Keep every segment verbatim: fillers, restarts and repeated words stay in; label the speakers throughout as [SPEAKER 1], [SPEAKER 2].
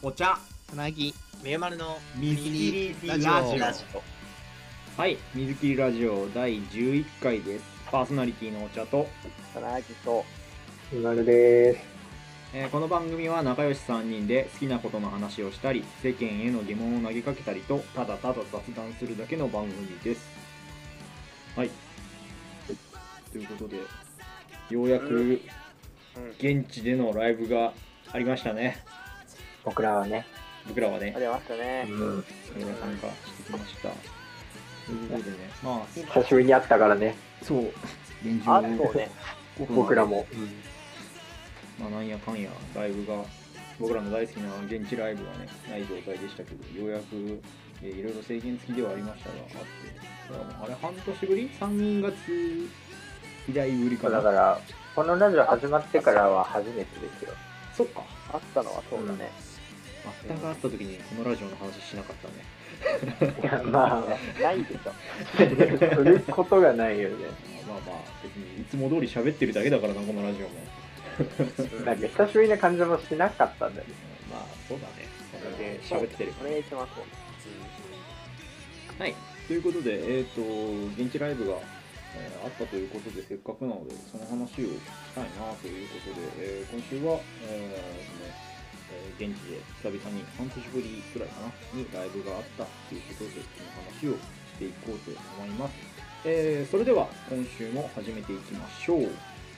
[SPEAKER 1] お茶
[SPEAKER 2] つなぎ
[SPEAKER 3] めゆまるの
[SPEAKER 1] 水切りラジオ
[SPEAKER 3] ラジオ。
[SPEAKER 4] はい、水切りラジオだいじゅういっかいです。パーソナリティのお茶と、
[SPEAKER 3] つなぎと
[SPEAKER 5] ひまるです。
[SPEAKER 4] えーこの番組は仲良しさんにんで好きなことの話をしたり、世間への疑問を投げかけたりと、ただただ雑談するだけの番組です。はい。ということで、ようやく現地でのライブがありましたね。
[SPEAKER 5] 僕らはね、
[SPEAKER 4] 僕らはね
[SPEAKER 3] あ、りましたね。
[SPEAKER 5] うん、
[SPEAKER 4] それが参加してきました。ということでね、まあ、
[SPEAKER 5] 久しぶりに会ったからね、
[SPEAKER 4] そう、現状
[SPEAKER 3] あ、そうね。
[SPEAKER 5] 僕らも。
[SPEAKER 4] まあ、なんやかんやライブが、僕らの大好きな現地ライブがね、ない状態でしたけど、ようやく、えーいろいろ制限付きではありましたが、あって、それはもうあれ、半年ぶり ?さん 月以来ぶりかな。
[SPEAKER 5] だから、このラジオ始まってからは初めてですよ。
[SPEAKER 4] そっか。
[SPEAKER 3] あったのはそうだね。
[SPEAKER 4] 全く会った時にこのラジオの話しなかったね。
[SPEAKER 5] いや、まあ、
[SPEAKER 3] ないでしょ。
[SPEAKER 5] することがないよね。
[SPEAKER 4] まあまあ、別にいつも通り喋ってるだけだからな、このラジオも。
[SPEAKER 5] なんか久しぶりな感じもしなかったんだよね。
[SPEAKER 4] まあ、そうだね。これで喋ってる。
[SPEAKER 3] お願いします。
[SPEAKER 4] はい。ということで、えっ、と、現地ライブが、えーあったということで、せっかくなので、その話をしたいなということで、えー今週は、えーそのえー現地で久々に半年ぶりくらいかな、にライブがあったということで、その話をしていこうと思います。えーそれでは、今週も始めていきましょう。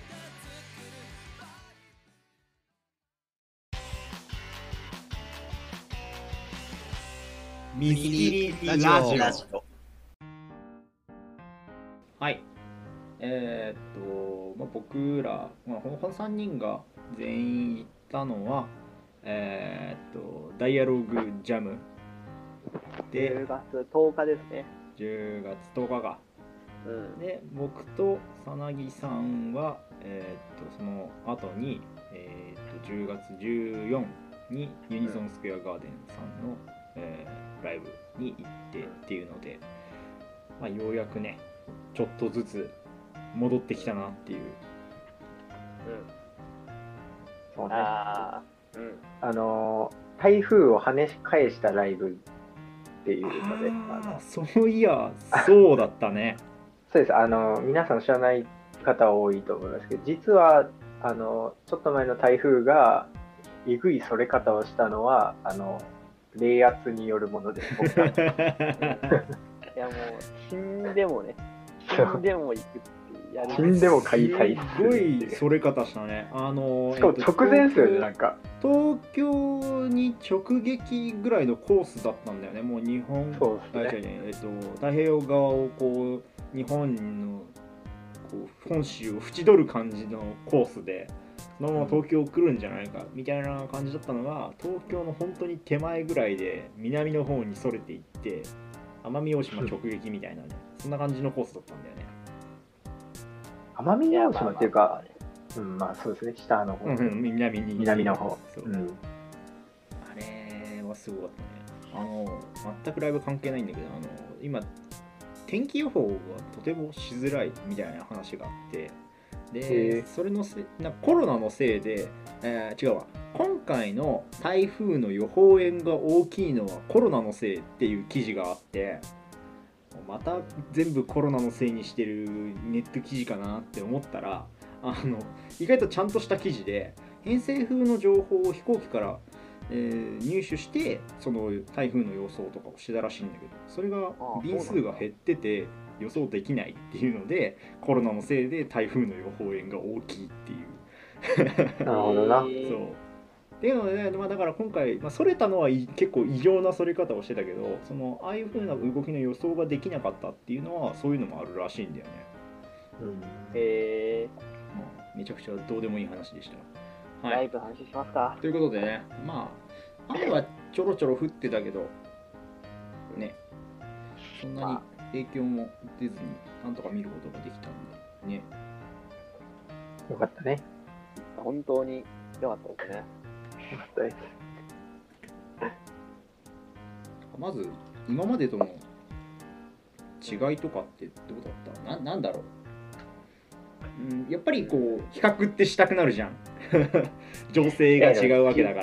[SPEAKER 1] 水切りラジオ
[SPEAKER 3] ラジオ。
[SPEAKER 4] はい。えーっと、まあ、僕ら、まあ、このさんにんが全員行ったのは、えーっと、ダイアログジャムで
[SPEAKER 3] じゅうがつとおかですね。
[SPEAKER 4] じゅうがつとおかが。
[SPEAKER 3] うん。
[SPEAKER 4] で、僕とさなぎさんは、えーっと、その後に、えーっと、じゅうがつじゅうよっかにユニゾンスクエアガーデンさんの、えーライブに行ってっていうので、まあ、ようやくね、ちょっとずつ戻ってきたなっていう。
[SPEAKER 5] そうね。
[SPEAKER 3] ああ。うん。
[SPEAKER 5] あのー、台風を跳ね返したライブっていうので、あ
[SPEAKER 4] ああ、
[SPEAKER 5] の
[SPEAKER 4] そういや、そうだったね。
[SPEAKER 5] そうです。あの、皆さん知らない方多いと思いますけど、実は、あの、ちょっと前の台風が、えぐいそれ方をしたのは、あの、冷圧によるものです。僕が
[SPEAKER 3] いやもう、死んでもね、死んでも行くってやる。
[SPEAKER 5] 死んでも開催
[SPEAKER 4] すごいそれ方したね。あの
[SPEAKER 5] しかも直前ですよね、なんか。
[SPEAKER 4] 東京に直撃ぐらいのコースだったんだよね。もう日本、
[SPEAKER 5] そうですね
[SPEAKER 4] あ違う違うえっと、太平洋側をこう日本のこう本州を縁取る感じのコースで、そのまま東京来るんじゃないかみたいな感じだったのが、東京の本当に手前ぐらいで南の方にそれていって、奄美大島直撃みたいなね、そんな感じのコースだったんだよね。
[SPEAKER 5] 奄美大島っていうか
[SPEAKER 3] まあまあまあね、
[SPEAKER 5] うん、まあそうですね、北の方、
[SPEAKER 4] うんうん、南に
[SPEAKER 5] 南の方。
[SPEAKER 4] そう、
[SPEAKER 5] うん、
[SPEAKER 4] あれはすごかったね。あの全くライブ関係ないんだけど、あの今天気予報がとてもしづらいみたいな話があって、
[SPEAKER 5] へ
[SPEAKER 4] で
[SPEAKER 5] ー
[SPEAKER 4] それのせいなコロナのせいで、えー違うわ、今回の台風の予報円が大きいのはコロナのせいっていう記事があって、また全部コロナのせいにしてるネット記事かなって思ったら、あの意外とちゃんとした記事で、偏西風の情報を飛行機から、えー入手して、その台風の予想とかをしてたらしいんだけど、それが
[SPEAKER 3] ああ
[SPEAKER 4] 便数が減ってて予想できないっていうので、コロナのせいで台風の予報円が大きいっていう
[SPEAKER 5] なるほどな。
[SPEAKER 4] そうっていうので、ね、まあ、だから今回、まあ、それたのはい結構異常なそれ方をしてたけど、そのああいう風な動きの予想ができなかったっていうのは、そういうのもあるらしいんだよね。
[SPEAKER 5] うん、
[SPEAKER 3] え
[SPEAKER 4] まあ、めちゃくちゃどうでもいい話でした。
[SPEAKER 3] ー、
[SPEAKER 4] はい。
[SPEAKER 3] ライブの話しますか。
[SPEAKER 4] ということでね、まあ、雨はちょろちょろ降ってたけど、ね、そんなに影響も出ずに、なんとか見ることができたんで、ね。
[SPEAKER 5] よかったね。
[SPEAKER 3] 本当に良かったですね。
[SPEAKER 5] よかったです。
[SPEAKER 4] まず、今までとの違いとかってどうだったな、なんだろう、うん、やっぱりこう比較ってしたくなるじゃん情勢が違うわけだから。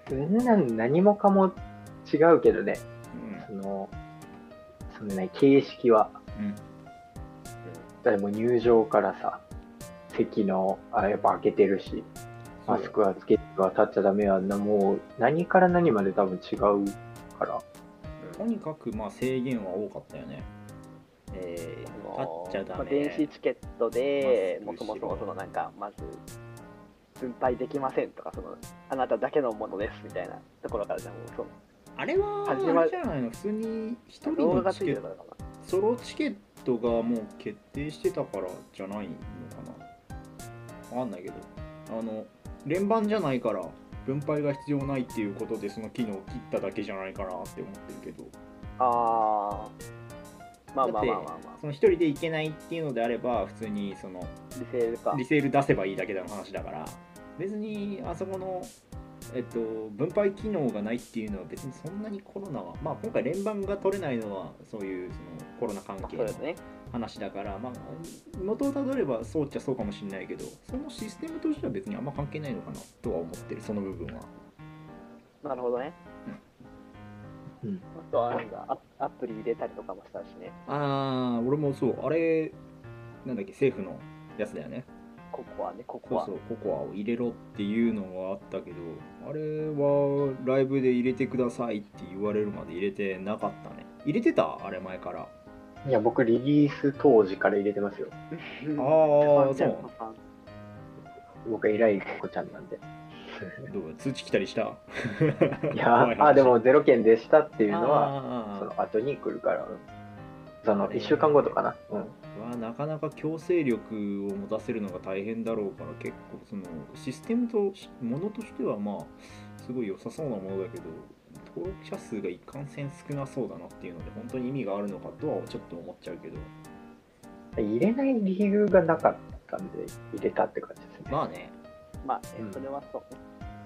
[SPEAKER 5] そんなん何もかも違うけどね、
[SPEAKER 4] うん
[SPEAKER 5] その、そのね、形式は。
[SPEAKER 4] うん
[SPEAKER 5] だってもう入場からさ、席の、あ、やっぱ開けてるし、マスクはつけては立っちゃダメはな、もう何から何まで多分違うから。
[SPEAKER 4] とにかくまあ制限は多かったよね。えー、立っちゃダメ。
[SPEAKER 3] 電子チケットで
[SPEAKER 4] マスクしろ
[SPEAKER 3] もそもそもそのなんかまず分配できませんとか、そのあなただけのものですみたいなところからじゃもうその
[SPEAKER 4] あれは
[SPEAKER 3] 始ま
[SPEAKER 4] あれじゃないの、普通に一人
[SPEAKER 3] 動画がつ
[SPEAKER 4] のチケット
[SPEAKER 3] いてるからかな。
[SPEAKER 4] ソロチケットがもう決定してたからじゃないのかな。わかんないけど、あの連番じゃないから分配が必要ないっていうことでその機能を切っただけじゃないかなって思ってるけど、
[SPEAKER 3] あー、まあまあまあまあまあ。
[SPEAKER 4] その一人で行けないっていうのであれば普通にその
[SPEAKER 3] リセールか。
[SPEAKER 4] リセール出せばいいだけの話だから、別にあそこの、えっと、分配機能がないっていうのは別にそんなにコロナは、まあ今回連番が取れないのはそういうそのコロナ関係の
[SPEAKER 3] そうですね。
[SPEAKER 4] 話だから、まあ元をたどればそうっちゃそうかもしれないけど、そのシステムとしては別にあんま関係ないのかなとは思ってる、その部分は。
[SPEAKER 3] なるほどね。
[SPEAKER 5] うん。
[SPEAKER 3] あとはなんかアアプリ入れたりとかもしたしね。
[SPEAKER 4] あー、俺もそう、あれなんだっけ、政府のやつだよね。
[SPEAKER 3] ここはね、ここは。
[SPEAKER 4] そうそう、ココアを入れろっていうのがあったけど、あれはライブで入れてくださいって言われるまで入れてなかったね。入れてたあれ前から。
[SPEAKER 5] いや、僕リリース当時から入れてますよ。
[SPEAKER 4] ああ、そう。
[SPEAKER 5] 僕は偉い子ちゃんなんで。
[SPEAKER 4] どう通知来たりした
[SPEAKER 5] いや、あ、でもゼロ件でしたっていうのは、
[SPEAKER 4] は
[SPEAKER 5] その後に来るから、その
[SPEAKER 4] あれ
[SPEAKER 5] いっしゅうかんごとかな。うん。
[SPEAKER 4] はなかなか強制力を持たせるのが大変だろうから、結構そのシステムとものとしてはまあすごい良さそうなものだけど、登録者数がいかんせん少なそうだなっていうので本当に意味があるのかとはちょっと思っちゃうけど、
[SPEAKER 5] 入れない理由がなかったんで、入れたって感じですね。
[SPEAKER 4] まあね、
[SPEAKER 3] まあ、ね
[SPEAKER 5] うん
[SPEAKER 3] それはそうね。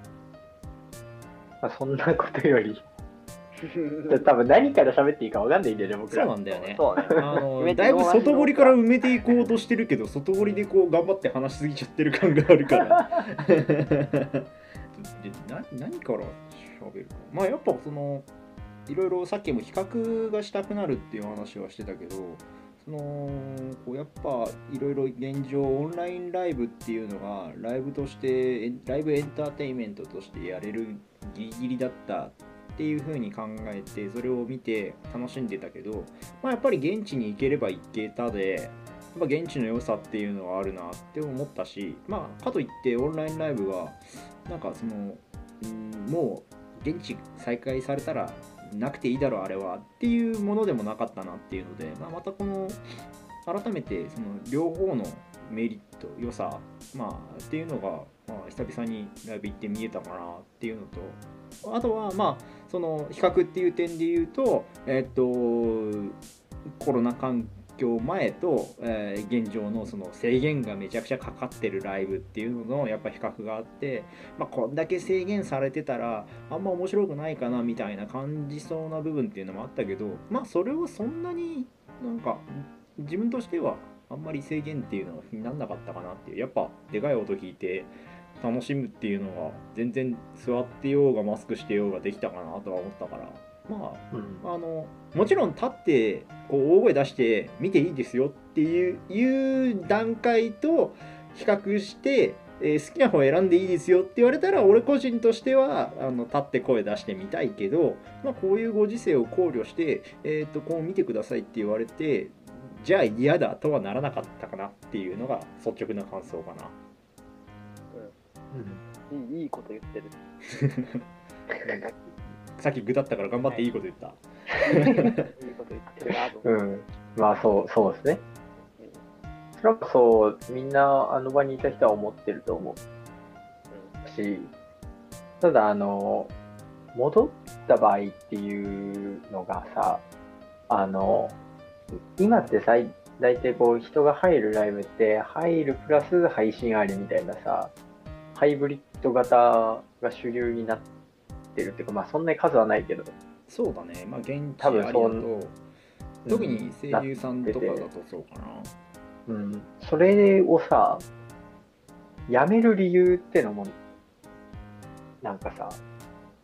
[SPEAKER 5] まあ、そんなことより、多分何から喋っていいか分かんないんだよね、僕
[SPEAKER 4] そう
[SPEAKER 5] ら。
[SPEAKER 4] なんだよね。
[SPEAKER 3] そうね。
[SPEAKER 4] あの
[SPEAKER 3] 埋めて
[SPEAKER 4] だいぶ外堀から埋めていこうとしてるけど、外堀でこう頑張って話しすぎちゃってる感があるからでな何から喋るか。まあやっぱそのいろいろさっきも比較がしたくなるっていう話はしてたけど、そのこうやっぱいろいろ現状オンラインライブっていうのがライブとしてエンライブエンターテインメントとしてやれるギリギリだったっていう風に考えてそれを見て楽しんでたけど、まあ、やっぱり現地に行ければ行けたで、やっぱ現地の良さっていうのはあるなって思ったし、まあかといってオンラインライブがなんかそのんもう現地再開されたらなくていいだろうあれはっていうものでもなかったなっていうので、まあ、またこの改めてその両方のメリット良さ、まあ、っていうのが、まあ、久々にライブ行って見えたかなっていうのと、あとはまあその比較っていう点で言うと、えっとコロナ環境前と、えー現状のその制限がめちゃくちゃかかってるライブっていうののやっぱ比較があって、まあ、こんだけ制限されてたらあんま面白くないかなみたいな感じそうな部分っていうのもあったけど、まあそれはそんなになんか自分としてはあんまり制限っていうのは気にならなかったかなっていう、やっぱでかい音聞いて楽しむっていうのが全然座ってようがマスクしてようができたかなとは思ったから、ま
[SPEAKER 5] うん。
[SPEAKER 4] ああのもちろん立ってこう大声出して見ていいですよっていういう段階と比較して、えー好きな方選んでいいですよって言われたら俺個人としてはあの立って声出してみたいけど、まあ、こういうご時世を考慮して、えー、とこう見てくださいって言われてじゃあ嫌だとはならなかったかなっていうのが率直な感想かな。
[SPEAKER 5] うん
[SPEAKER 3] いいいいこと言ってる。
[SPEAKER 4] さっき具だったから頑張っていいこと言った。
[SPEAKER 3] いいこと言ってるなと思って。
[SPEAKER 5] うん。まあそう、そうですね。それこそ、みんなあの場にいた人は思ってると思うし、ただ、あの、戻った場合っていうのがさ、あの、今ってさ、大体こう人が入るライブって入るプラス配信ありみたいなさ、ハイブリッド型が主流になってるっていうか、まあそんなに数はないけど、
[SPEAKER 4] そうだね、まあ現地
[SPEAKER 5] 多分
[SPEAKER 4] ありだと
[SPEAKER 5] そう
[SPEAKER 4] 特に声優さんとかだとそうかな。
[SPEAKER 5] うん、それをさ、やめる理由ってのも、なんかさ、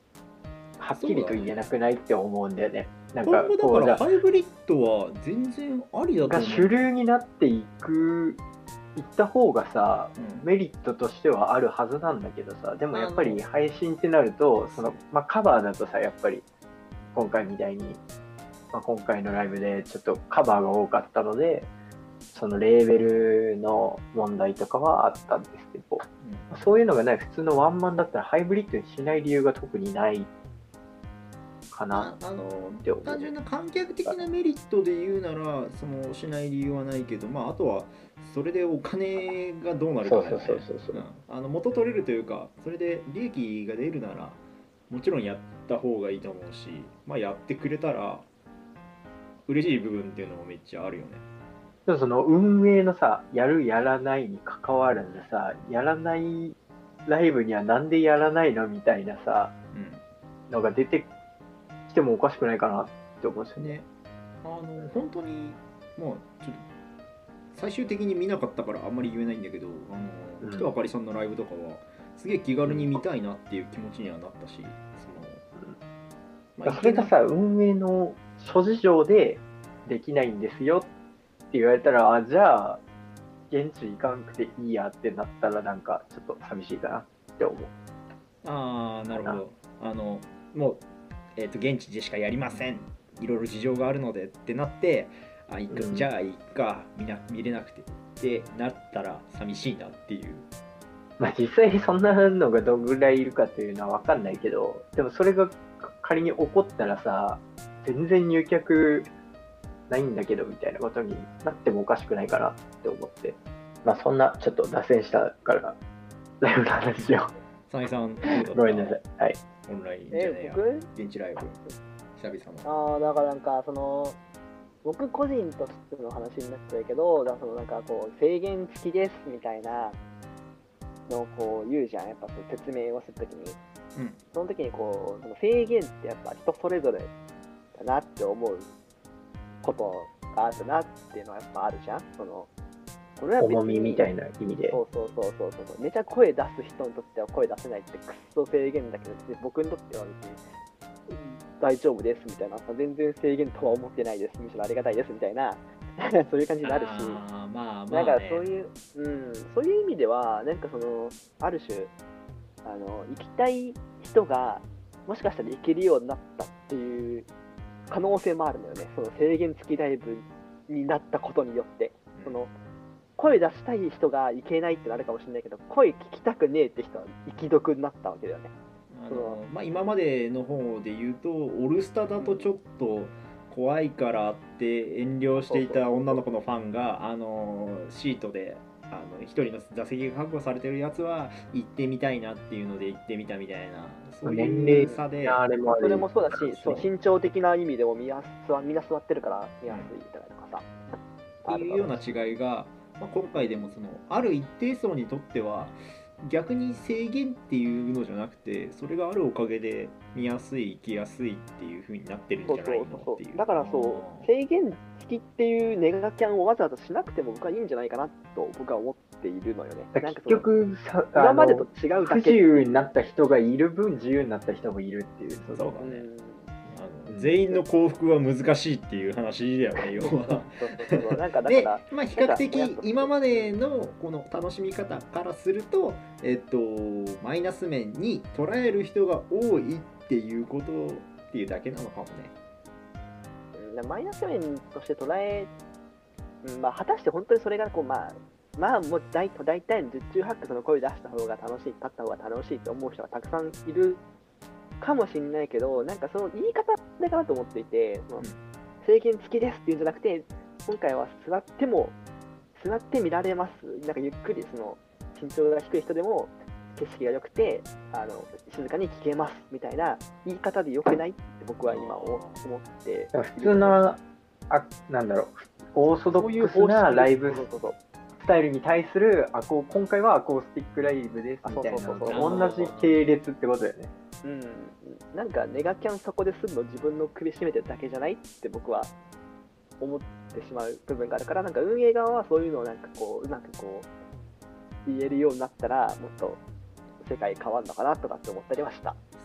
[SPEAKER 5] はっきりと言えなくないって思うんだよね。なんか
[SPEAKER 4] 今後
[SPEAKER 5] こうじゃ
[SPEAKER 4] だからハイブリッドは全然ありだと思う。
[SPEAKER 5] が主流になっていくいった方がさ、
[SPEAKER 4] うん
[SPEAKER 5] メリットとしてはあるはずなんだけどさ、でもやっぱ
[SPEAKER 4] あ
[SPEAKER 5] り配信ってなると、そのまあ、カバーだとさ、やっぱり今回みたいに、まあ、今回のライブでちょっとカバーが多かったので、そのレーベルの問題とかはあったんですけど、そういうのがない普通のワンマンだったらハイブリッドにしない理由が特にないかな
[SPEAKER 4] ああの
[SPEAKER 5] って思う。
[SPEAKER 4] 単純な観客的なメリットで言うならそのしない理由はないけど、まあ、あとはそれでお金がどうなるかだよね。
[SPEAKER 5] そうそうそうそう
[SPEAKER 4] うんあの元取れるというかそれで利益が出るならもちろんやった方がいいと思うし、まあ、やってくれたら嬉しい部分っていうのもめっちゃあるよね。
[SPEAKER 5] でもその運営のさ、やるやらないに関わらずさ、やらないライブにはなんでやらないのみたいなさ、
[SPEAKER 4] うん
[SPEAKER 5] のが出てきてもおかしくないかなって思うんですよね。
[SPEAKER 4] ね、あの本当にまあちょっと最終的に見なかったからあんまり言えないんだけど、あの
[SPEAKER 5] うん
[SPEAKER 4] 北あかりさんのライブとかはすげえ気軽に見たいなっていう気持ちにはなったし、その、まあ
[SPEAKER 5] それがさ、運営の諸事情でできないんですよって言われたら、あ、じゃあ現地行かんくていいやってなったらなんかちょっと寂しいかなって思う。
[SPEAKER 4] ああなるほど、あのもう、えー、と現地でしかやりません、いろいろ事情があるのでってなって、あいく、
[SPEAKER 5] うん
[SPEAKER 4] じゃあいっか見な見れなくてってなったら寂しいなっていう。
[SPEAKER 5] まあ実際そんなのがどんぐらいいるかというのは分かんないけど、でもそれが仮に起こったらさ、全然入客ないんだけどみたいなことになってもおかしくないかなって思って、まあそんなちょっと脱線したからライブの話を
[SPEAKER 4] さなぎさんどうだった
[SPEAKER 5] ごめんなさい。はい。
[SPEAKER 4] オンラインじゃねえや
[SPEAKER 3] え僕
[SPEAKER 4] 現地ライブ久々の。
[SPEAKER 3] ああ、だからなんか、その、僕個人としての話になっちゃうけど、だからそのなんかこう、制限付きですみたいなのをこう言うじゃん、やっぱその説明をするときに。
[SPEAKER 4] うん
[SPEAKER 3] その時にこう、その制限ってやっぱ人それぞれだなって思うことがあるなっていうのはやっぱあるじゃん。その、これは別に
[SPEAKER 5] 重みみたいな意味で。
[SPEAKER 3] そうそうそうそうそう。めちゃ声出す人にとっては声出せないってくっそ制限だけど、別に僕にとっては別に大丈夫ですみたいな、全然制限とは思ってないです、むしろありがたいですみたいな、そういう感じになるし、
[SPEAKER 4] あーまあまあ、ね、
[SPEAKER 3] なんかそういう、うん、そういう意味では、なんかその、ある種、あの行きたい人がもしかしたら行けるようになったっていう可能性もあるんだよね、その制限付きライブになったことによって。その声出したい人が行けないってなるかもしれないけど、声聞きたくねえって人は生き毒になったわけだよね。
[SPEAKER 4] あのまあ、今までの方で言うとオルスタだとちょっと怖いからって遠慮していた女の子のファンがあのシートであの一人の座席が確保されてるやつは行ってみたいなっていうので行ってみたみたいな、そういう差で、
[SPEAKER 5] あれもある
[SPEAKER 3] それもそうだし、そう身長的な意味でもみんな座みんな座ってるから見やすいみたいなとかさ、
[SPEAKER 4] っていうような違いが、まあ、今回でもそのある一定層にとっては逆に制限っていうのじゃなくて、それがあるおかげで見やすい行きやすいっていう風になってるんじゃないのっていう。
[SPEAKER 3] だからそう制限付きっていうネガキャンをわざわざしなくても僕はいいんじゃないかなと僕は思っているのよね。なんか
[SPEAKER 5] 結局さ、
[SPEAKER 3] 今までと違う
[SPEAKER 5] 不
[SPEAKER 3] だけ
[SPEAKER 5] 自由になった人がいる分自由になった人もいるっていう。
[SPEAKER 4] そうだね、
[SPEAKER 3] うん
[SPEAKER 4] あの全員の幸福は難しいっていう話だよね、要は。
[SPEAKER 3] そうそうそうなんかだか
[SPEAKER 4] で
[SPEAKER 3] ら、
[SPEAKER 4] まあ、比較的今までのこの楽しみ方からすると、えっと、マイナス面に捉える人が多いっていうことっていうだけなのかもね。
[SPEAKER 3] うんマイナス面として捉え、うんまあ、果たして本当にそれがこう、まあ、まあもう大大体の十中八九その声出した方が楽しい、立った方が楽しいと思う人がたくさんいるかもしれないけど、なんかその言い方だかなと思っていて、その制限付きですっていうんじゃなくて、今回は座っても座って見られます、なんかゆっくりその身長が低い人でも景色が良くてあの静かに聞けますみたいな言い方で良くないって僕は今思って
[SPEAKER 5] 普通のあなんだろうオーソドックスなライブスタイルに対するアコ今回はアコースティックライブですみたいなのと同じ系列ってことだよね。
[SPEAKER 3] うん、なんかネガキャンそこでするの自分の首絞めてるだけじゃないって僕は思ってしまう部分があるから、なんか運営側はそういうのをなんかこううまくこう言えるようになったらもっと世界変わるのかなとかって思ったりはした。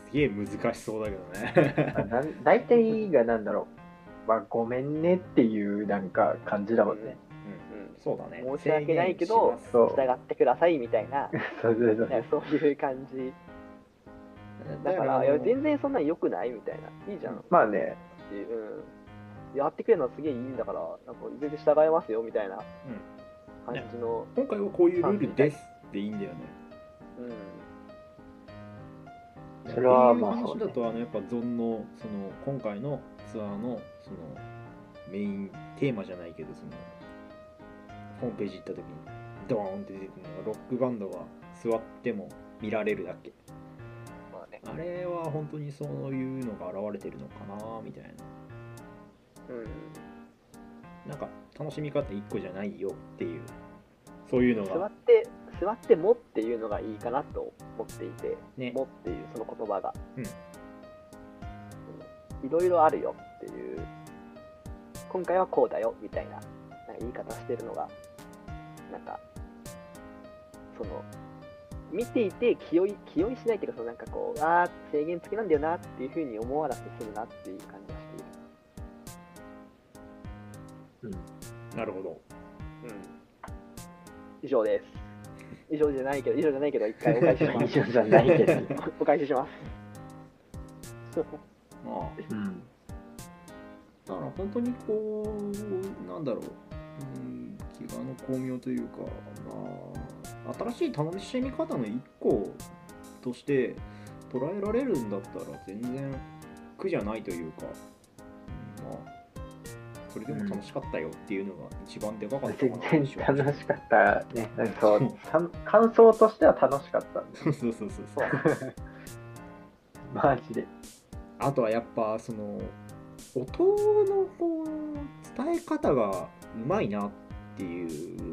[SPEAKER 4] げえ難しそうだけどね
[SPEAKER 5] あなん大体がなんだろう、まあ、ごめんねっていうなんか感じだもんね。
[SPEAKER 3] うん
[SPEAKER 4] そうだね。
[SPEAKER 3] 申し訳ないけど
[SPEAKER 4] 制限します
[SPEAKER 5] そう
[SPEAKER 3] 従ってくださいみたいな、
[SPEAKER 5] そうそうそう
[SPEAKER 3] ねそういう感じだから、いや全然そんなん良くないみたいな、いいじゃんっ
[SPEAKER 5] まあね、
[SPEAKER 3] ていう、うん、やってくれるのはすげえいいんだから、なんか全然従いますよみたいな感じの、
[SPEAKER 4] 今回はこういうルールですっていいんだよね。
[SPEAKER 3] うん、
[SPEAKER 5] それは
[SPEAKER 4] っていう
[SPEAKER 5] まあそうね
[SPEAKER 4] 話だと、あのやっぱゾンのその今回のツアーのそのメインテーマじゃないけど、そのホームページ行った時にドーンって出てくるのがロックバンドが座っても見られるだけ。
[SPEAKER 3] まあね、
[SPEAKER 4] あれは本当にそういうのが現れてるのかなみたいな。
[SPEAKER 3] うん、
[SPEAKER 4] なんか楽しみ方一個じゃないよっていう、そういうの
[SPEAKER 3] 座
[SPEAKER 4] が
[SPEAKER 3] って座ってもっていうのがいいかなと思っていて、
[SPEAKER 4] ね。
[SPEAKER 3] もっていうその言葉が、
[SPEAKER 4] うん
[SPEAKER 3] いろいろあるよっていう、今回はこうだよみたいな、なんか言い方してるのが、なんかその見ていて気負い気負いしないっていうか、そのなんかこう、ああ制限付きなんだよなっていうふうに思わなくて済むなっていう感じがしている。
[SPEAKER 5] うん、
[SPEAKER 4] なるほど。
[SPEAKER 3] うん、以上です。以上じゃないけど、以上じゃないけど、一回お返ししま
[SPEAKER 5] 以
[SPEAKER 3] す。
[SPEAKER 5] 上じゃないけど、
[SPEAKER 3] お返しします。
[SPEAKER 4] まあ
[SPEAKER 5] うん、
[SPEAKER 4] だから本当にこうなんだろう、うん気がの巧妙というか、まあ新しい楽しみ方の一個として捉えられるんだったら全然苦じゃないというか、うんまあそれでも楽しかったよっていうのが一番でかかったか
[SPEAKER 5] 全
[SPEAKER 4] な。
[SPEAKER 5] 然楽しかったね。なんかそうた感想としては楽しかったんで
[SPEAKER 4] そうそうそうそう。
[SPEAKER 5] マジで。
[SPEAKER 4] あとはやっぱその音のこう伝え方がうまいなっていう、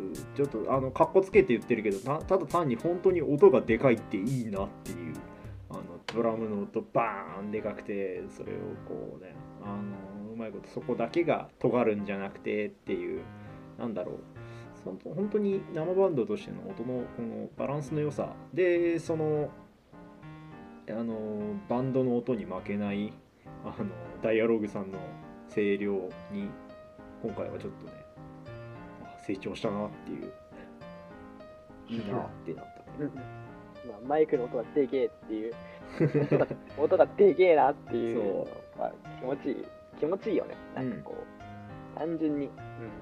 [SPEAKER 4] ちょっとあのカッコつけて言ってるけど、たただ単に本当に音がでかいっていいなっていう、あのドラムの音バーンでかくて、それをこうね、あのうまいことそこだけが尖るんじゃなくてっていう、なんだろう、その本当に生バンドとしての音のこのバランスの良さで、そのあのバンドの音に負けないあのダイアログさんの声量に今回はちょっとね、あ成長したなっていう、いいなってなったね。
[SPEAKER 3] まあ、マイクの音がでけえっていう音が音がでけえなっていうのが気持ちいい気持ちいいよね。なんかこう、単純に、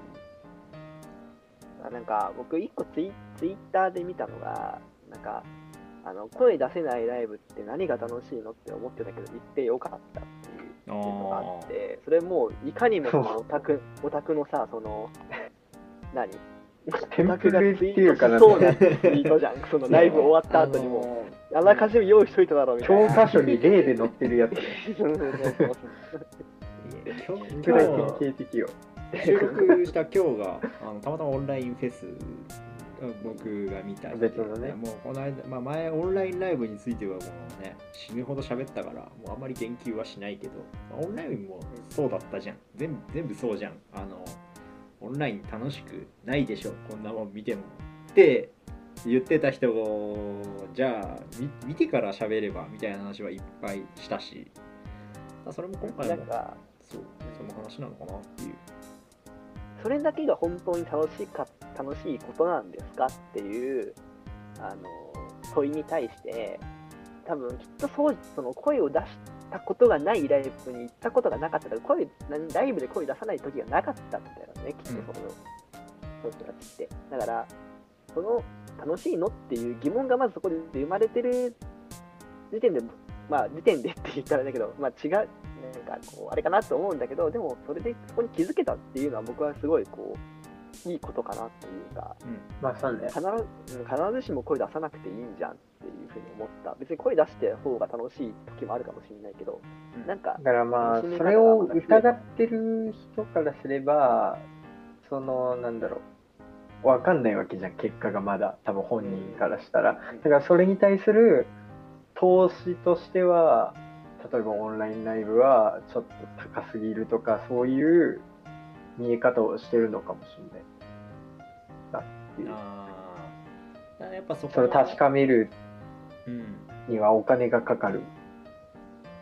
[SPEAKER 3] うん、あなんか僕一個ツイツイッターで見たのが、なんかあの声出せないライブって何が楽しいのって思ってたけど行ってよかったっていうのがあって、それもういかにもそのオタクオタクのさ、その何
[SPEAKER 5] テンプレっていうかな、
[SPEAKER 3] そうなツイートじゃん。そのライブ終わった後にもあらかじめ用意しといただろうみたい
[SPEAKER 5] 教
[SPEAKER 3] な。
[SPEAKER 5] 科書に例で載ってるやつ。
[SPEAKER 3] そうそうそうそう
[SPEAKER 4] 今
[SPEAKER 5] ぐらい
[SPEAKER 4] 日
[SPEAKER 5] 典型的よ。
[SPEAKER 4] 収録した今日があのたまたまオンラインフェス僕が見た日で、
[SPEAKER 5] 別のね
[SPEAKER 4] もうこの間、まあ、前オンラインライブについてはもうね死ぬほど喋ったからもうあんまり言及はしないけど、まあオンラインもそうだったじゃん。全部全部そうじゃん。あのオンライン楽しくないでしょこんなもん見てもって言ってた人をじゃあ見見てから喋ればみたいな話はいっぱいしたし、それも今回も
[SPEAKER 3] なんか
[SPEAKER 4] そうその話なのかなっていう。
[SPEAKER 3] それだけが本当に楽しいか楽しいことなんですかっていうあの問いに対して、多分きっとそうその声を出したことがないライブに行ったことがなかったから、声ライブで声出さない時がなかったんだよね、きっとその、うん、その人たちって。だからその楽しいのっていう疑問がまずそこで生まれてる時点で、まあ時点でって言ったらだけど、まあ違うなんかこうあれかなと思うんだけど、でもそれでそこに気づけたっていうのは僕はすごいこういいことかなっていうか、
[SPEAKER 4] うん、
[SPEAKER 5] まあそうね。
[SPEAKER 3] 必ず必ずしも声出さなくていいんじゃんっていうふうに思った。別に声出して方が楽しい時もあるかもしれないけど、うん、なんか
[SPEAKER 5] だからまあそれを疑ってる人からすれば、そのなんだろう、わかんないわけじゃん、結果がまだ多分本人からしたら。
[SPEAKER 3] うん、
[SPEAKER 5] だからそれに対する投資としては、例えばオンラインライブはちょっと高すぎるとか、そういう見え方をしてるのかもしれないなっていう。
[SPEAKER 4] ああ、やっぱそこ
[SPEAKER 5] それを確かめる
[SPEAKER 4] うん
[SPEAKER 5] にはお金がかかる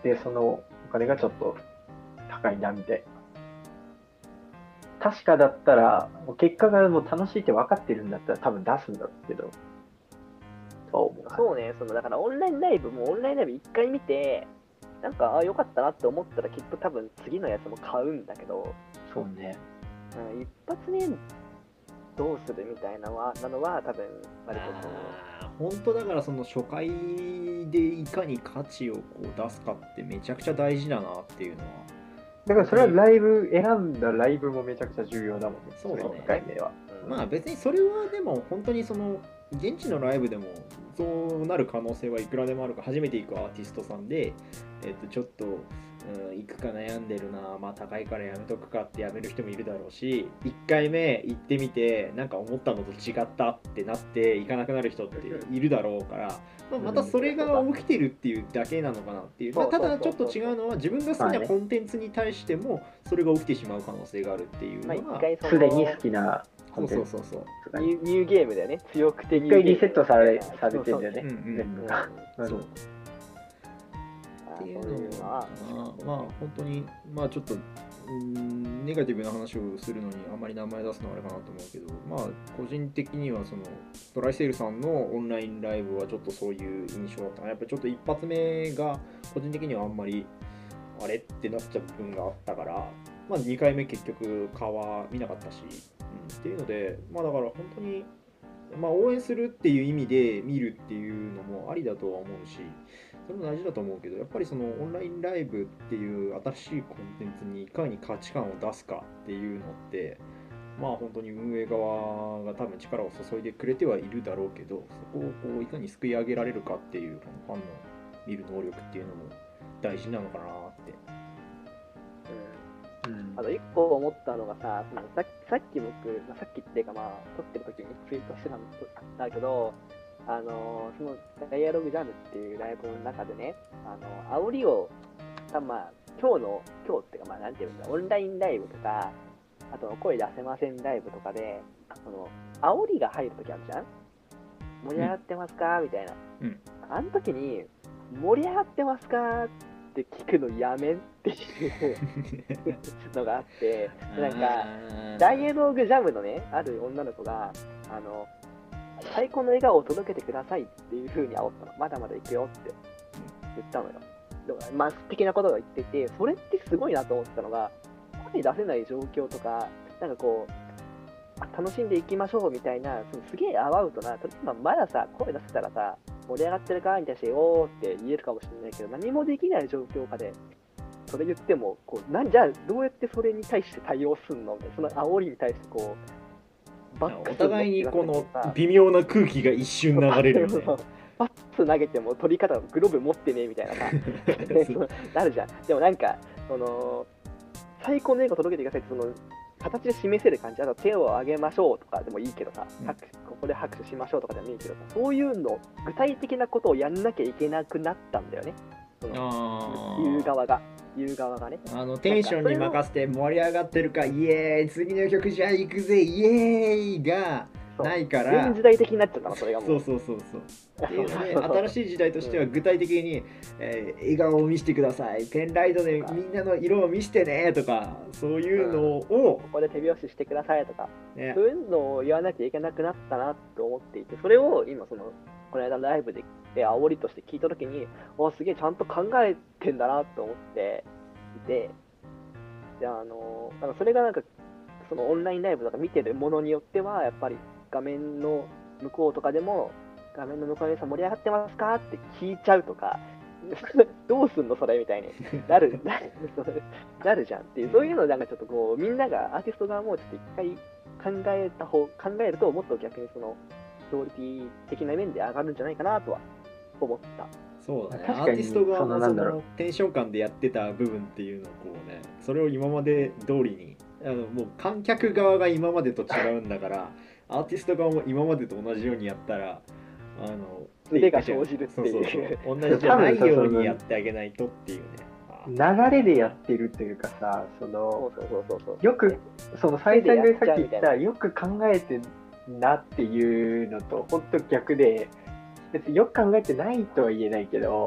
[SPEAKER 5] でそのお金がちょっと高いなみたいな。確かだったらもう結果がもう楽しいって分かってるんだったら多分出すんだろうけど、とは思う。
[SPEAKER 3] そうね、そのだからオンラインライブもオンラインライブ一回見て、なんかあ良かったなって思ったらきっと多分次のやつも買うんだけど、
[SPEAKER 5] そうね。
[SPEAKER 3] うん、一発目どうするみたいなのはなのは多分割とその
[SPEAKER 4] あー本当だからその初回でいかに価値をこう出すかってめちゃくちゃ大事だなっていうのは。
[SPEAKER 5] だからそれはライブ、選んだライブもめちゃくちゃ重要だもんね。
[SPEAKER 4] そうだね
[SPEAKER 5] いっかいめは。
[SPEAKER 4] まあ別にそれはでも本当にその現地のライブでもそうなる可能性はいくらでもあるか。初めて行くアーティストさんで、えっとちょっと、うん、行くか悩んでるな、まあ高いからやめとくかってやめる人もいるだろうし、いっかいめ行ってみてなんか思ったのと違ったってなって行かなくなる人っているだろうから、まあ、またそれが起きてるっていうだけなのかなっていう、まあ、ただちょっと違うのは自分が好きなコンテンツに対してもそれが起きてしまう可能性があるっていうのが、
[SPEAKER 3] まあ、一回その
[SPEAKER 5] すでに好きなコ
[SPEAKER 4] そう
[SPEAKER 5] ンテンツ
[SPEAKER 4] そうそうそう
[SPEAKER 3] ニューニューゲームだよね、強くてニュ
[SPEAKER 5] 一回
[SPEAKER 3] ーゲーム
[SPEAKER 5] リセットされされてんだよね。
[SPEAKER 4] うんうん
[SPEAKER 5] 全部が。
[SPEAKER 3] うん
[SPEAKER 4] そう
[SPEAKER 3] あ
[SPEAKER 4] っていう
[SPEAKER 3] そういうの
[SPEAKER 4] のは
[SPEAKER 3] は
[SPEAKER 4] まあ本当にまあちょっとうーんネガティブな話をするのにあまり名前出すのはあれかなと思うけど、まあ個人的にはそのトライセールさんのオンラインライブはちょっとそういう印象だったな。やっぱりちょっと一発目が個人的にはあんまりあれってなっちゃう部分があったから、まあにかいめ結局顔は見なかったし、うん、っていうのでまあだから本当にまあ応援するっていう意味で見るっていうのもありだとは思うし、それも大事だと思うけど、やっぱりそのオンラインライブっていう新しいコンテンツにいかに価値観を出すかっていうのってまあ本当に運営側が多分力を注いでくれてはいるだろうけど、そこをこういかにすくい上げられるかっていうこのファンの見る能力っていうのも大事なのかなって。
[SPEAKER 5] うん
[SPEAKER 3] あと一個思ったのがさ、そのさっきさっき僕、まあ、さっきっていうかまあ撮ってる時にツイートしてたんだけど、あのそのダイアログジャムっていうライブの中でね、あの煽りをたまあ今日の今日っていうかまあなんていうんだ、オンラインライブとか、あと声出せませんライブとかで、その煽りが入る時あるじゃん。盛り上がってますか、みたいな。
[SPEAKER 4] うん
[SPEAKER 3] あの時に盛り上がってますかって聞くのやめんっていうのがあって、なんかダイアログジャムのね、ある女の子が、あの、最高の笑顔を届けてくださいっていう風に煽ったの。まだまだ行くよって言ったのよ。だから、まあ、素敵なことが言ってて、それってすごいなと思ったのが、声出せない状況とか、なんかこう、楽しんでいきましょうみたいな、そのすげえアバウトな、例えばまださ、声出せたらさ、盛り上がってるかに対して、おーって言えるかもしれないけど、何もできない状況下で、それ言っても、こうなんじゃあどうやってそれに対して対応すんのみたいな、その煽りに対してこう、バック
[SPEAKER 4] お互いにこの
[SPEAKER 3] さ
[SPEAKER 4] 微妙な空気が一瞬流れるよね。
[SPEAKER 3] パッス投げても取り方グローブ持ってねえみたいなさなるじゃん。でもなんかその最高の笑顔届けてくださいって、その形で示せる感じ、あと手を上げましょうとかでもいいけどさ、
[SPEAKER 4] うん
[SPEAKER 3] 拍手ここで拍手しましょうとかでもいいけどさ、そういうの具体的なことをやんなきゃいけなくなったんだよね、その
[SPEAKER 4] あ
[SPEAKER 3] 言う
[SPEAKER 4] ー
[SPEAKER 3] 側が言う側がね。
[SPEAKER 4] あのテンションに任せて盛り上がってるかイエーイ次の曲じゃあ行くぜイエーイが
[SPEAKER 3] そう
[SPEAKER 4] ないから
[SPEAKER 3] 全時代的になっちゃったの、それがもう。
[SPEAKER 4] そうそうそうそうっていうので新しい時代としては具体的に、えー笑顔を見せてくださいペンライトでみんなの色を見せてねとかそういうのを、
[SPEAKER 3] ここで手拍子してくださいとか、
[SPEAKER 4] ね
[SPEAKER 3] そういうのを言わなきゃいけなくなったなと思っていて、それを今そのこの間のライブでで煽りとして聞いたときに、あすげえちゃんと考えてんだなと思っていて、であのなんかそれがなんかそのオンラインライブとか見てるものによってはやっぱり画面の向こうとかでも画面の向こうの皆さん盛り上がってますかって聞いちゃうとかどうすんのそれみたいになるなるなるじゃんっていう、そういうのをなんかちょっとこうみんながアーティスト側もちょっと一回考えた方考えるともっと逆にそのクオリティ的な面で上がるんじゃないかなとは思った。
[SPEAKER 4] そうだね、
[SPEAKER 5] 確かに
[SPEAKER 4] アーティスト側
[SPEAKER 5] その
[SPEAKER 4] もそ
[SPEAKER 5] なんだろう
[SPEAKER 4] のテンション感でやってた部分っていうのをこうね、それを今まで通りにあのもう観客側が今までと違うんだからアーティスト側も今までと同じようにやったらあの
[SPEAKER 3] 腕が生じるっていう
[SPEAKER 4] そうそうそう同じじゃないようにやってあげないとっていうね。あ
[SPEAKER 5] 流れでやってるというかさ、その
[SPEAKER 3] そうそうそうそう
[SPEAKER 5] よくその再三がさっき言っ
[SPEAKER 3] 手でやっちゃうみたいな
[SPEAKER 5] たよく考えてんなっていうのと本当逆で、別によく考えてないとは言えないけど、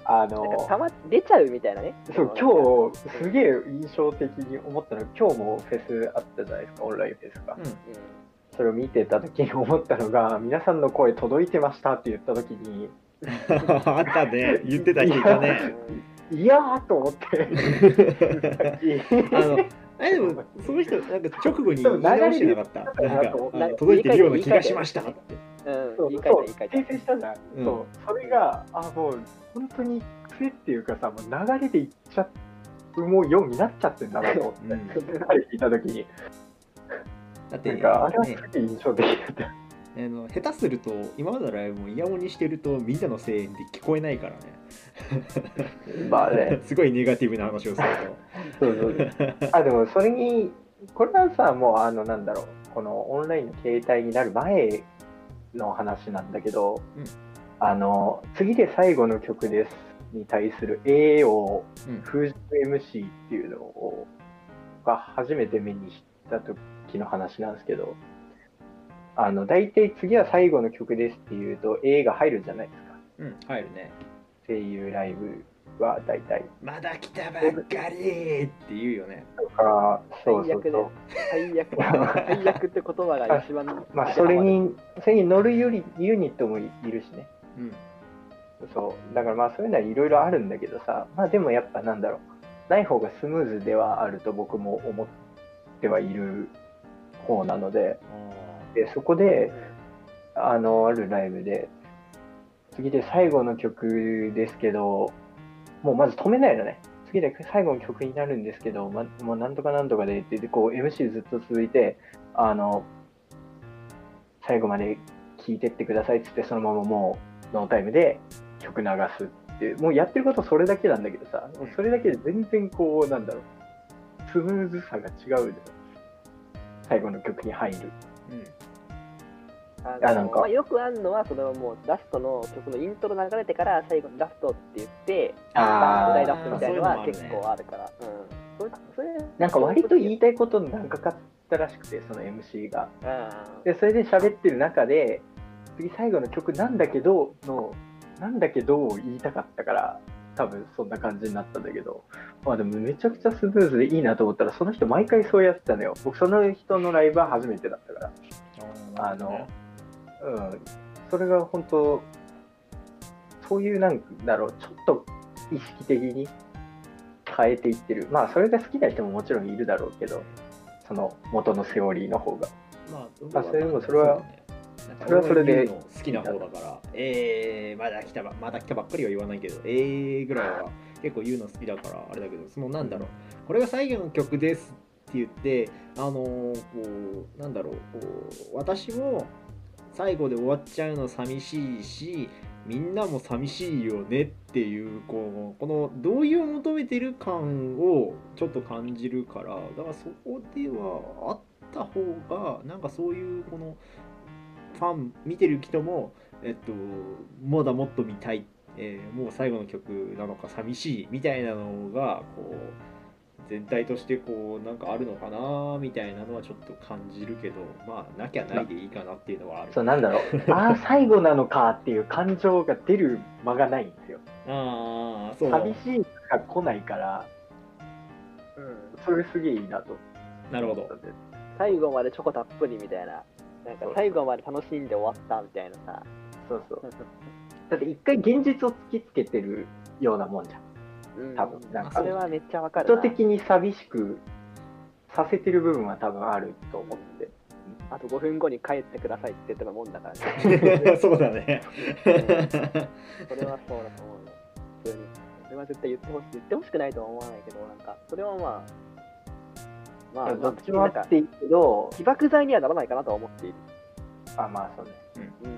[SPEAKER 5] あ
[SPEAKER 3] なんか
[SPEAKER 5] の
[SPEAKER 3] たま出ちゃうみたいなね。
[SPEAKER 5] そう今日すげえ印象的に思ったのは、今日もフェスあったじゃないですか、オンラインフェスが。
[SPEAKER 4] うん
[SPEAKER 5] それを見てた時に思ったのが、皆さんの声届いてましたって言った時に、
[SPEAKER 4] あったね、言ってた人いたね。
[SPEAKER 5] いやーと思って。
[SPEAKER 4] あのあれでもその人なんか直後に言い直してなかった。なんかあの届いてるような気がしましたって。
[SPEAKER 3] うん、
[SPEAKER 5] そう
[SPEAKER 3] 言い換えた言い換えた。
[SPEAKER 5] 訂正したじゃん、
[SPEAKER 4] うん
[SPEAKER 5] そうそれがあもう本当に癖っていうかさ、もう流れでいっちゃうもうようになっちゃってんだなと思って、
[SPEAKER 4] うん
[SPEAKER 5] 聞いた時に
[SPEAKER 4] だって
[SPEAKER 5] なんかあれはす
[SPEAKER 4] ね
[SPEAKER 5] ごい印象的だった。
[SPEAKER 4] あの下手すると今までのライブもイヤホンにしてるとみんなの声援で聞こえないからね。
[SPEAKER 5] まあね
[SPEAKER 4] すごいネガティブな話をする
[SPEAKER 5] そうそうあでもそれにこれはさもうあのなんだろう、このオンラインの携帯になる前の話なんだけど、
[SPEAKER 4] うん
[SPEAKER 5] あの次で最後の曲ですに対する A を
[SPEAKER 4] うん
[SPEAKER 5] 封じる エムシー っていうのをが初めて目にした時の話なんですけど、あの大体次は最後の曲ですっていうと A が入るじゃないですか、
[SPEAKER 4] と。うん入るね。
[SPEAKER 5] 声優ライブは大体
[SPEAKER 4] まだ来たばっかりって言うよね。
[SPEAKER 5] とか、そう
[SPEAKER 3] 最悪で
[SPEAKER 5] そうそう
[SPEAKER 3] 最悪最悪って言葉が一番
[SPEAKER 5] まあそれにそれに乗るユニユニットもいるしね。
[SPEAKER 4] うん
[SPEAKER 5] そうだからまあそういうのはいろいろあるんだけどさ、まあでもやっぱなんだろう、ない方がスムーズではあると僕も思ってはいる方なので、でそこであのあるライブで次で最後の曲ですけど、もうまず止めないのね。次で最後の曲になるんですけど、ま、もうなんとかなんとかでって言ってこう エムシー ずっと続いて、あの最後まで聴いてってくださいっつって、そのままもうノータイムで曲流すっていう、もうやってることそれだけなんだけどさ、もうそれだけで全然こうなんだろう、スムーズさが違うじゃん、最後の曲に入る。
[SPEAKER 4] うん
[SPEAKER 3] あ
[SPEAKER 5] あなんか
[SPEAKER 3] のまあ、よくあるのはそれはもうラストの曲のイントロ流れてから最後にラストって言って
[SPEAKER 5] あー
[SPEAKER 3] 舞台ラストみたいなのは結
[SPEAKER 4] そういうのもあるね
[SPEAKER 3] 構あるから、うん、それそれ
[SPEAKER 5] なんか割と言いたいこと長かったらしくて、その エムシー が。
[SPEAKER 3] うん
[SPEAKER 5] でそれで喋ってる中で次最後の曲なんだけどのなんだけどを言いたかったから多分そんな感じになったんだけど、まあでもめちゃくちゃスムーズでいいなと思ったら、その人毎回そうやってたのよ。僕その人のライブは初めてだったからあの、うん、それが本当そういうなんだろう、ちょっと意識的に変えていってる。まあそれが好きな人ももちろんいるだろうけど、その元のセオリーの方が。
[SPEAKER 4] ま
[SPEAKER 5] あそれでもそれは
[SPEAKER 4] うだね
[SPEAKER 5] それはそれで
[SPEAKER 4] 俺は言うの好きな方だから、えー、まだ来たばまだ来たばっかりは言わないけど、えーぐらいは結構言うの好きだからあれだけど、そのなんだろう、これが最後の曲ですって言って、あのー、こうなんだろう、こう私も最後で終わっちゃうの寂しいし、みんなも寂しいよねっていうこうこの同意を求めてる感をちょっと感じるから、だからそこではあった方がなんかそういうこのファン見てる人もえっとまだもっと見たい、えーもう最後の曲なのか寂しいみたいなのがこう全体としてこうなんかあるのかなみたいなのはちょっと感じるけど、まあなきゃないでいいかなっていうのはある。
[SPEAKER 5] そうなんだろうああ最後なのかっていう感情が出る間がないんですよ。
[SPEAKER 4] ああそう。
[SPEAKER 5] 寂しいしか来ないから、
[SPEAKER 3] うん、
[SPEAKER 5] それすげえいいなと。
[SPEAKER 4] なるほど。
[SPEAKER 3] 最後までチョコたっぷりみたいな、なんか最後まで楽しんで終わったみたいなさ。
[SPEAKER 5] そうそう。だって一回現実を突きつけてるようなもんじゃん。
[SPEAKER 3] うん、
[SPEAKER 5] 多分なんか
[SPEAKER 3] それはめっちゃわか
[SPEAKER 5] 意
[SPEAKER 3] るな。
[SPEAKER 5] 図的に寂しくさせてる部分は多分あると思って。
[SPEAKER 3] あとごふんごに帰ってくださいって言ってたもんだからね。
[SPEAKER 4] そうだね。
[SPEAKER 3] うんそれはそうだと思うよ。普通に。それは絶対言ってほしい。言ってほしくないとは思わないけど、なんか、それはまあ、まあ、
[SPEAKER 5] どっちもあっていいけど、
[SPEAKER 3] 起爆剤にはならないかなとは思っている。
[SPEAKER 5] あ、まあそうね。
[SPEAKER 3] うん。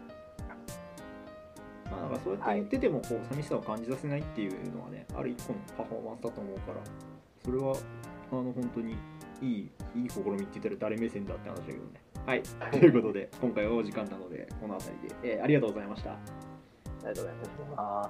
[SPEAKER 4] まあなんかそうやって言っててもこう寂しさを感じさせないっていうのはね、ある一個のパフォーマンスだと思うから、それはあの本当にいいいい試みって言ったら誰目線だって話だけどね。はい、ということで今回はお時間なのでこの辺りで、えーありがとうございました。
[SPEAKER 3] ありがとうございます。
[SPEAKER 5] あ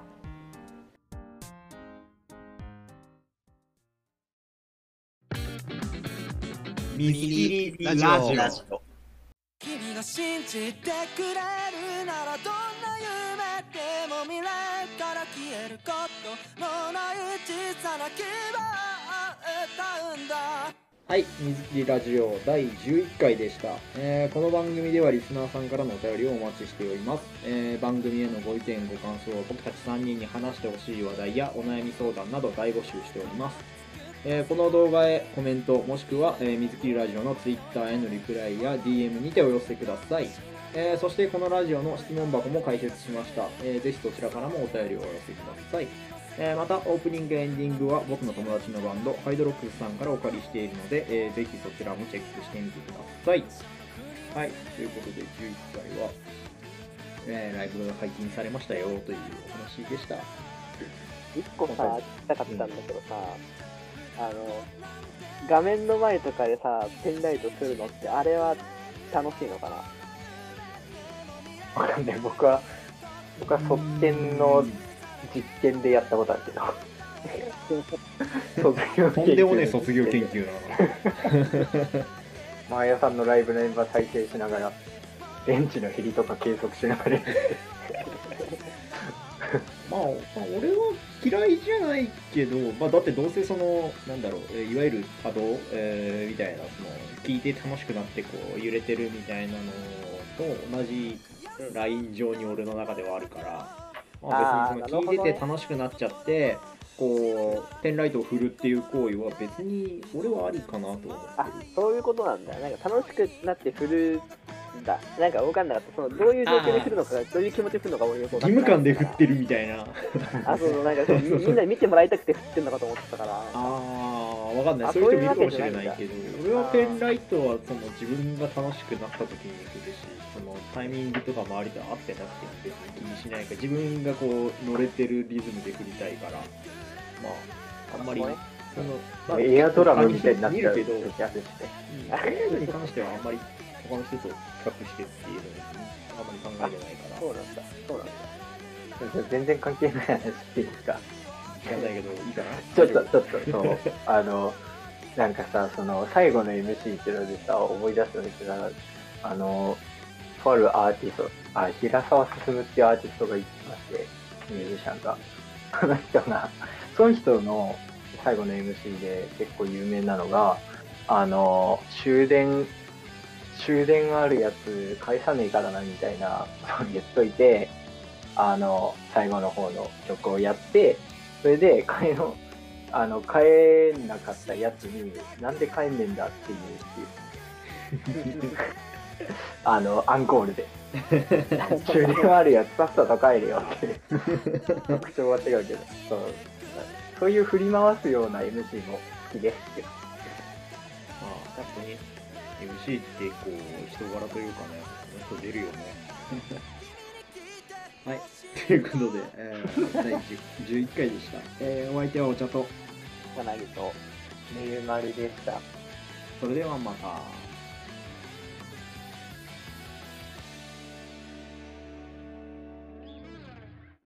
[SPEAKER 1] ミステリーラジオ。
[SPEAKER 2] 君が信じてくれるならどんな夢でも未来から消えることもない小さな希望を歌うんだ。
[SPEAKER 4] はい、水切りラジオだいじゅういっかいでした、えーこの番組ではリスナーさんからのお便りをお待ちしております、えー番組へのご意見ご感想は僕たちさんにんに話してほしい話題やお悩み相談など大募集しております、えーこの動画へコメントもしくは、えー水切りラジオのツイッターへのリプライや ディーエム にてお寄せください、えーそしてこのラジオの質問箱も開設しました、えーぜひそちらからもお便りをお寄せください。えーまたオープニングエンディングは僕の友達のバンドハイドロックスさんからお借りしているので、えーぜひそちらもチェックしてみてください。はい、ということでじゅういっかいは、えーライブが解禁されましたよというお話でした。
[SPEAKER 3] 一個さ、聞きたかったんだけどさ、あの、画面の前とかでさ、ペンライトするのって、あれは楽しいのかな？
[SPEAKER 5] わかんない僕は僕は側転の実験でやったことあるけど卒業
[SPEAKER 4] とんでもねえ卒業研究だな。
[SPEAKER 5] マーヤさんのライブの演場再生しながら電池の減りとか計測しながら
[SPEAKER 4] まあ、まあ俺は嫌いじゃないけど、まあ、だってどうせそのなんだろう、えーいわゆる波動、えーみたいなその聞いて楽しくなってこう揺れてるみたいなのと同じライン上に俺の中ではあるから、まあ、別にその聞いてて楽しくなっちゃってこうペンライトを振るっていう行為は別に俺はありかなと思ってる。
[SPEAKER 3] あ、そういうことなんだ。なんか楽しくなって振るんだ。なんか分かんなかった。そのどういう状況で振るのか、どういう気持ちで振るのか俺よく分かんない。
[SPEAKER 4] 義務感で振ってるみたいな。
[SPEAKER 3] あ、そうそう、なんかそうみみんなに見てもらいたくて振ってんのかと思ってたから。
[SPEAKER 4] ああ、わかんない。
[SPEAKER 3] あ
[SPEAKER 4] そういう人もいるかもしれ
[SPEAKER 3] そういうわけ
[SPEAKER 4] ないけど、
[SPEAKER 3] じゃないんだ
[SPEAKER 4] 俺はペンライトはその自分が楽しくなった時に振るし、そのタイミングとか周りと合ってなくても別に気にしないから、自分がこう乗れてるリズムで振りたいから、まあ、あんまり、
[SPEAKER 3] そうね
[SPEAKER 4] その、まあ
[SPEAKER 5] エアドラムみたいになっちゃう
[SPEAKER 4] 見るけど、
[SPEAKER 5] 時あるしね
[SPEAKER 4] うんペンライトに関してはあんまり他の人と比較してっていうのにあんまり考えてないから、
[SPEAKER 3] そうなんだ。そうなんだ。
[SPEAKER 5] 全然関係ない話していいですか？
[SPEAKER 4] 知らないけどいいかな。
[SPEAKER 5] ちょっとちょっとそうあのなんかさその最後の エムシー っていうのでさ思い出したんですけどあのとあるアーティストあ平沢進っていうアーティストがいましてミュージシャンがその人がその人の最後の エムシー で結構有名なのがあの終電終電あるやつ返さねえからなみたいなそう言っといてあの最後の方の曲をやってそれで帰のあの帰んなかったやつになんで帰んねんだっていうっていうあのアンコールで終電あるやつさっさと帰れよって特徴は違うけどそうそういう振り回すような エムシー も好きですけど
[SPEAKER 4] まあ、確かに エムシー ってこう人柄というかね、その人出るよね。はい、ということで、えー、だいじゅういっかいでした。えー、お相手はお茶と、
[SPEAKER 3] 柳と。
[SPEAKER 5] メユマリでした。
[SPEAKER 4] それではまた。